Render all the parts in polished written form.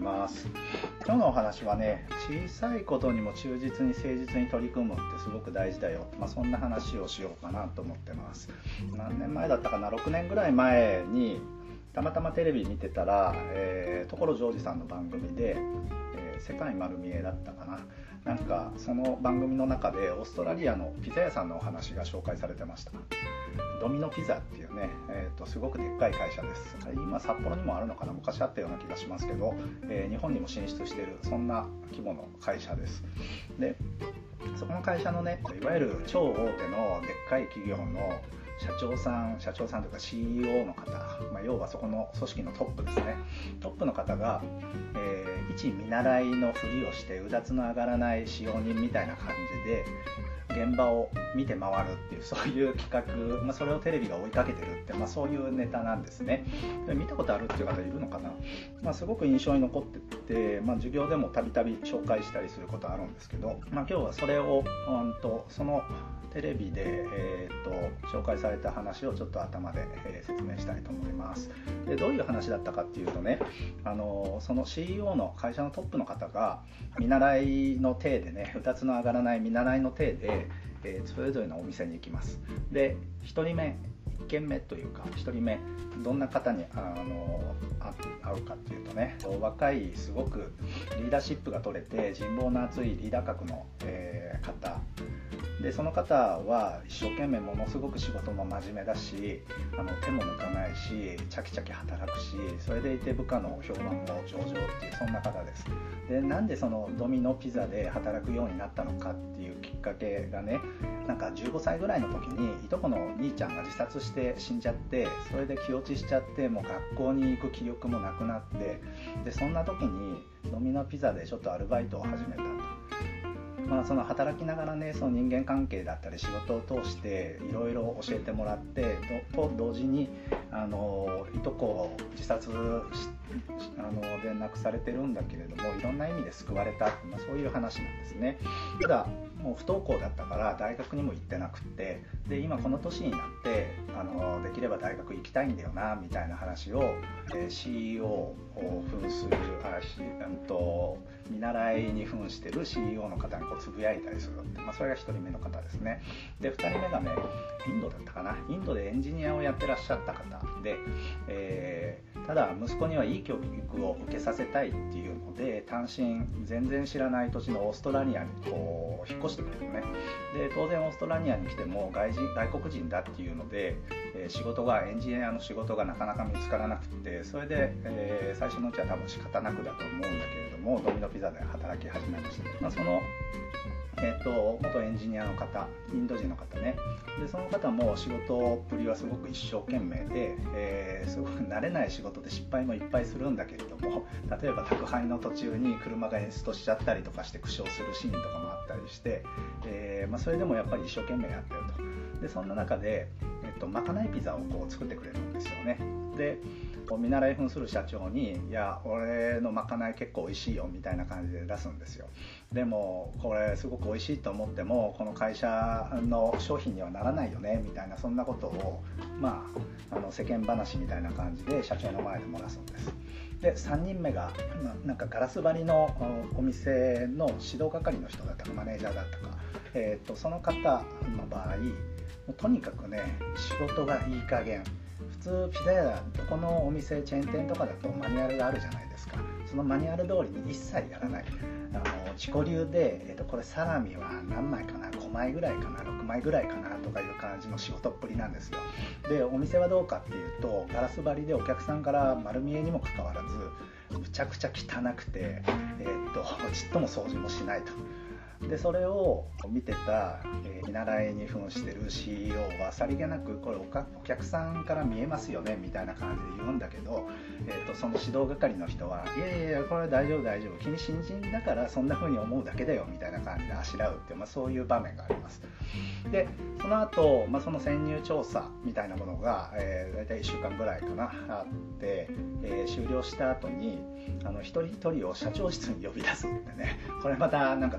ます。今日のお話はね、小さいことにも忠実に誠実に取り組むってすごく大事だよ、そんな話をしようかなと思ってます。何年前だったかな、6年ぐらい前にたまたまテレビ見てたら、所ジョージさんの番組で、世界丸見えだったかな、なんかその番組の中でオーストラリアのピザ屋さんのお話が紹介されてました。ドミノピザっていうね、すごくでっかい会社です。今札幌にもあるのかな、昔あったような気がしますけど、日本にも進出しているそんな規模の会社です。でそこの会社のね、いわゆる超大手のでっかい企業の社長さんというか CEO の方、要はそこの組織のトップですね。トップの方が、一見習いのふりをしてうだつの上がらない使用人みたいな感じで現場を見て回るっていう、そういう企画、それをテレビが追いかけてるって、そういうネタなんですね。で見たことあるっていう方いるのかな。すごく印象に残ってて、授業でもたびたび紹介したりすることあるんですけど、今日はそれをそのテレビで、紹介された話をちょっと頭で、説明したいと思います。でどういう話だったかっていうとね、その CEO の会社のトップの方が見習いの体でね、うだつの上がらない見習いの体で、それぞれのお店に行きます。で1軒目というか1人目どんな方に会うかっていうとね、若いすごくリーダーシップが取れて人望の厚いリーダー格の、方で、その方は一生懸命ものすごく仕事も真面目だし、手も抜かないし、チャキチャキ働くし、それでいて部下の評判も上々っていう、そんな方です。でなんでそのドミノピザで働くようになったのかっていうきっかけがね、なんか15歳ぐらいの時にいとこの兄ちゃんが自殺して死んじゃって、それで気落ちしちゃって、もう学校に行く気力もなくなって、でそんな時にドミノピザでちょっとアルバイトを始めたと。その働きながらね、その人間関係だったり仕事を通していろいろ教えてもらってと同時にいとこを自殺で亡くされてるんだけれども、いろんな意味で救われた、そういう話なんですね。ただもう不登校だったから大学にも行ってなくって、で今この年になってできれば大学行きたいんだよなみたいな話を、CEO を扮する見習いに扮してる CEO の方につぶやいたりするって、それが1人目の方ですね。で2人目がね、インドだったかな、インドでエンジニアをやってらっしゃった方で、ただ息子にはいい教育を受けさせたいっていうので、単身全然知らない土地のオーストラリアに引っ越してくるのね。で当然オーストラリアに来ても外国人だっていうので、エンジニアの仕事がなかなか見つからなくて、それで、最初のうちは多分仕方なくだと思うんだけれども、ドミノピザで働き始めました。その元エンジニアの方、インド人の方ね。でその方も仕事っぷりはすごく一生懸命で、すごく慣れない仕事で失敗もいっぱいするんだけれども、例えば宅配の途中に車がエンストしちゃったりとかして苦笑するシーンとかもあったりして、それでもやっぱり一生懸命やってると。でそんな中で、まかないピザを作ってくれるんですよね。で見習い扮する社長に、いや俺のまかない結構美味しいよみたいな感じで出すんですよ。でもこれすごく美味しいと思ってもこの会社の商品にはならないよねみたいな、そんなことを世間話みたいな感じで社長の前で漏らすんです。で3人目がなんかガラス張りのお店の指導係の人だったかマネージャーだったか、その方の場合とにかくね、仕事がいい加減、普通ピザ屋どこのお店チェーン店とかだとマニュアルがあるじゃないですか。そのマニュアル通りに一切やらない、自己流で、これサラミは何枚かな、5枚ぐらいかな、6枚ぐらいかなとかいう感じの仕事っぷりなんですよ。でお店はどうかっていうと、ガラス張りでお客さんから丸見えにもかかわらずむちゃくちゃ汚くて、ちっとも掃除もしないと。でそれを見てた、見習いに扮してる CEO はさりげなく、これお客さんから見えますよねみたいな感じで言うんだけど、その指導係の人は、いやいやこれ大丈夫大丈夫、君新人だからそんな風に思うだけだよみたいな感じであしらうっていう、そういう場面があります。でその後、その潜入調査みたいなものが、大体1週間ぐらいかなあって、終了した後に一人一人を社長室に呼び出すってね、これまたなんかドキュメンタ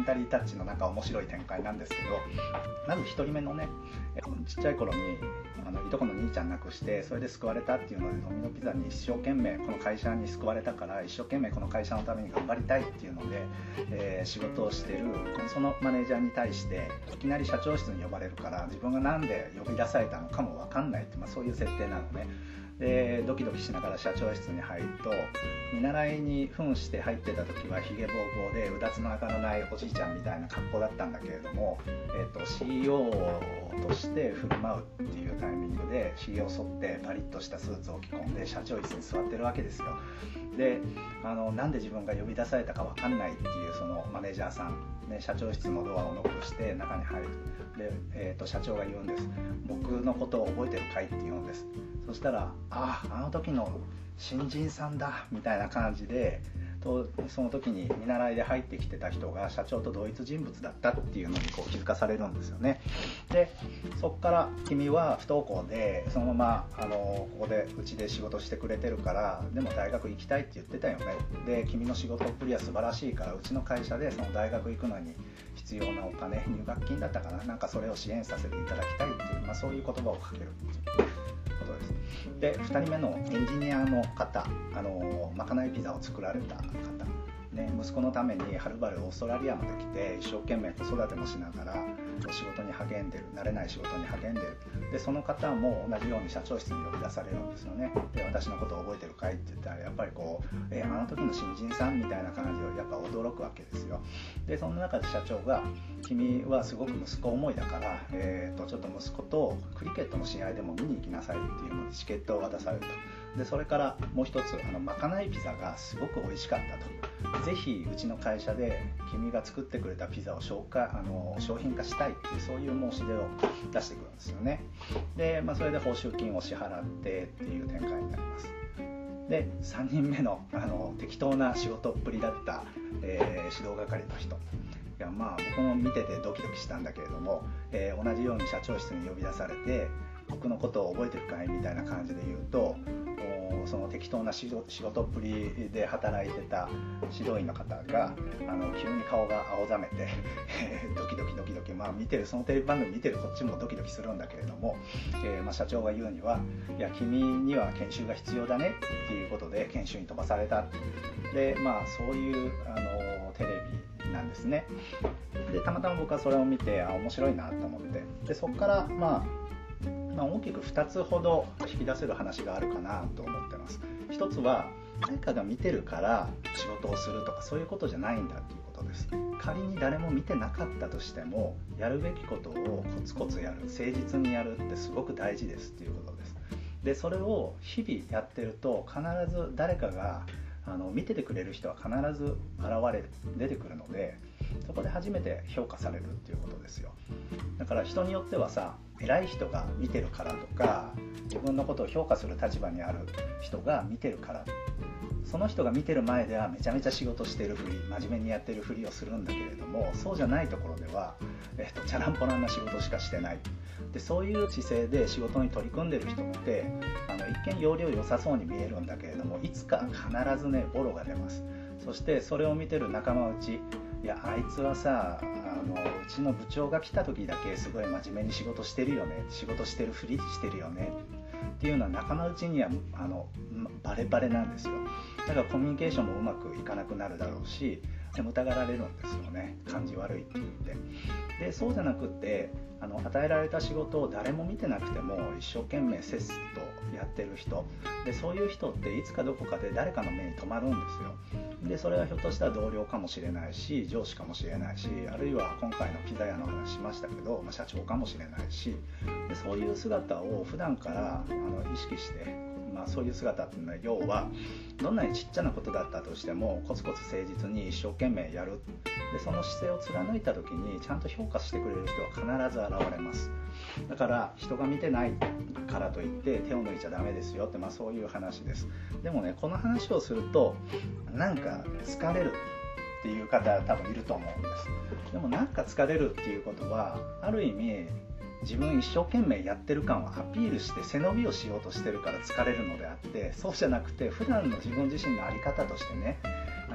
タリータッチのなんか面白い展開なんですけど、まず1人目のね、ちっちゃい頃にいとこの兄ちゃん亡くして、それで救われたっていうのでドミノピザに一生懸命、この会社に救われたから一生懸命この会社のために頑張りたいっていうので、仕事をしてるそのマネージャーに対していきなり社長室に呼ばれるから、自分がなんで呼び出されたのかも分かんないって、そういう設定なのね。でドキドキしながら社長室に入ると、見習いに扮して入ってた時はひげぼうぼうでうだつの上がらないおじいちゃんみたいな格好だったんだけれども、CEO として振る舞うっていうタイミングでひげを剃ってパリッとしたスーツを着込んで社長室に座ってるわけですよ。でなんで自分が呼び出されたか分かんないっていうそのマネージャーさん、ね、社長室のドアをノックして中に入る。で、社長が言うんです。僕のことを覚えてるかいって言うんです。そしたら、あの時の新人さんだみたいな感じで、その時に見習いで入ってきてた人が社長と同一人物だったっていうのに気づかされるんですよね。でそこから君は不登校でそのままここでうちで仕事してくれてるから、でも大学行きたいって言ってたよね。で君の仕事っぷりは素晴らしいから、うちの会社でその大学行くのに必要なお金、入学金だったかな、なんかそれを支援させていただきたいっていう、そういう言葉をかけることです。で2人目のエンジニアの方、まかないピザを作られた方、ね、息子のためにはるばるオーストラリアまで来て一生懸命子育てもしながら仕事に励んでる、慣れない仕事に励んでる。でその方も同じように社長室に呼び出されるんですよね。で私のことを覚えてるかいって言ったら、やっぱりあの時の新人さんみたいな感じをやっぱ驚くわけですよ。でその中で社長が、君はすごく息子思いだから、ちょっと息子とクリケットの試合でも見に行きなさいっていうのでチケットを渡されると。でそれからもう一つ、まかないピザがすごく美味しかったと。ぜひうちの会社で君が作ってくれたピザを商品化したいっていう、そういう申し出を出してくるんですよね。で、それで報酬金を支払ってっていう展開になります。で3人目の、適当な仕事っぷりだった、指導係の人、いや僕も見ててドキドキしたんだけれども、同じように社長室に呼び出されて、僕のことを覚えてるかいみたいな感じで言うと、その適当な仕事っぷりで働いてた指導員の方が急に顔が青ざめてドキドキドキドキ、見てるそのテレビ番組見てるこっちもドキドキするんだけれども、社長が言うには、いや君には研修が必要だねっていうことで研修に飛ばされた。でそういうテレビなんですね。でたまたま僕はそれを見て面白いなと思って、でそこから大きく2つほど引き出せる話があるかなと思ってます。一つは誰かが見てるから仕事をするとかそういうことじゃないんだっていうことです。仮に誰も見てなかったとしても、やるべきことをコツコツやる、誠実にやるってすごく大事ですっていうことです。でそれを日々やってると、必ず誰かが見ててくれる人は必ず出てくるので、そこで初めて評価されるっていうことですよ。だから人によってはさ、偉い人が見てるからとか、自分のことを評価する立場にある人が見てるから、その人が見てる前ではめちゃめちゃ仕事してるふり、真面目にやってるふりをするんだけれども、そうじゃないところでは、チャランポランな仕事しかしてない。でそういう姿勢で仕事に取り組んでる人って一見要領良さそうに見えるんだけれども、いつか必ずねボロが出ます。そしてそれを見てる仲間内、いやあいつはさうちの部長が来た時だけすごい真面目に仕事してるよね、仕事してるふりしてるよねっていうのは仲間内にはバレバレなんですよ。だからコミュニケーションもうまくいかなくなるだろうし、疑られるんですよね、感じ悪いって言って。でそうじゃなくって与えられた仕事を誰も見てなくても一生懸命せっせとやってる人で、そういう人っていつかどこかで誰かの目に留まるんですよ。でそれはひょっとしたら同僚かもしれないし、上司かもしれないし、あるいは今回のピザ屋の話しましたけど、社長かもしれないし、でそういう姿を普段から意識して、そういう姿っていうのは要はどんなにちっちゃなことだったとしてもコツコツ誠実に一生懸命やる。でその姿勢を貫いた時にちゃんと評価してくれる人は必ず現れます。だから人が見てないからといって手を抜いちゃダメですよって、そういう話です。でもね、この話をするとなんか疲れるっていう方多分いると思うんです。でもなんか疲れるっていうことはある意味自分一生懸命やってる感をアピールして背伸びをしようとしてるから疲れるのであって、そうじゃなくて普段の自分自身の在り方としてね、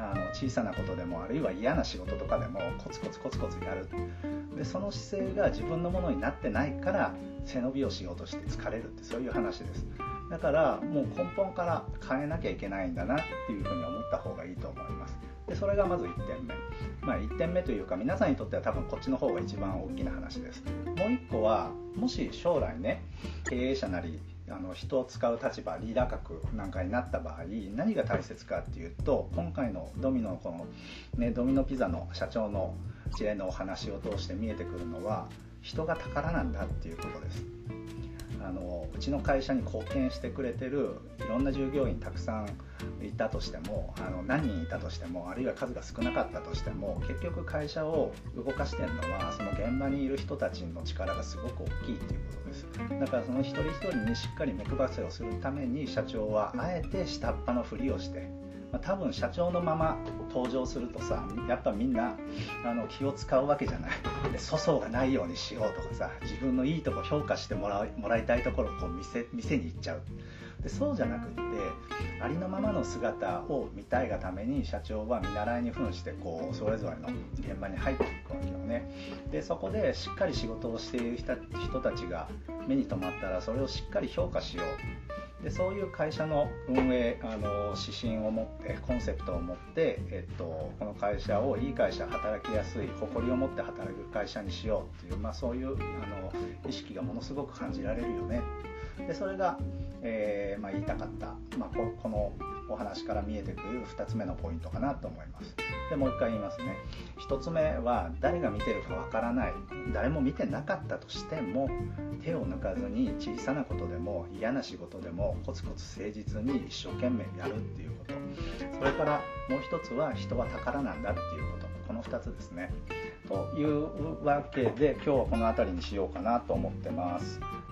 小さなことでもあるいは嫌な仕事とかでもコツコツコツコツやる。でその姿勢が自分のものになってないから背伸びをしようとして疲れるって、そういう話です。だからもう根本から変えなきゃいけないんだなっていうふうに思った方がいいと思います。でそれがまず1点目、1点目というか皆さんにとっては多分こっちの方が一番大きな話です。もう1個は、もし将来ね経営者なり人を使う立場、リーダー格なんかになった場合、何が大切かっていうと、今回のドミノのこの、ドミノピザの社長の事例のお話を通して見えてくるのは、人が宝なんだっていうことです。うちの会社に貢献してくれてるいろんな従業員たくさんいたとしても、何人いたとしても、あるいは数が少なかったとしても、結局会社を動かしているのはその現場にいる人たちの力がすごく大きいということです。だからその一人一人にしっかり目配せをするために、社長はあえて下っ端のふりをして、多分社長のまま登場するとさ、やっぱみんな気を使うわけじゃない。で粗相がないようにしようとかさ、自分のいいとこ評価してもらいたいところをこう見せに行っちゃう。でそうじゃなくって、ありのままの姿を見たいがために社長は見習いに扮してこうそれぞれの現場に入っていくわけよね。でそこでしっかり仕事をしている人たちが目に留まったら、それをしっかり評価しよう。でそういう会社の運営指針を持って、コンセプトを持って、この会社をいい会社、働きやすい、誇りを持って働く会社にしようっていう、そういう意識がものすごく感じられるよね。でそれが、言いたかった、このお話から見えてくる2つ目のポイントかなと思います。でもう一回言いますね。1つ目は、誰が見てるかわからない、誰も見てなかったとしても手を抜かずに、小さなことでも嫌な仕事でもコツコツ誠実に一生懸命やるっていうこと、それからもう一つは、人は宝なんだっていうこと、この2つですね。というわけで今日はこの辺りにしようかなと思ってます。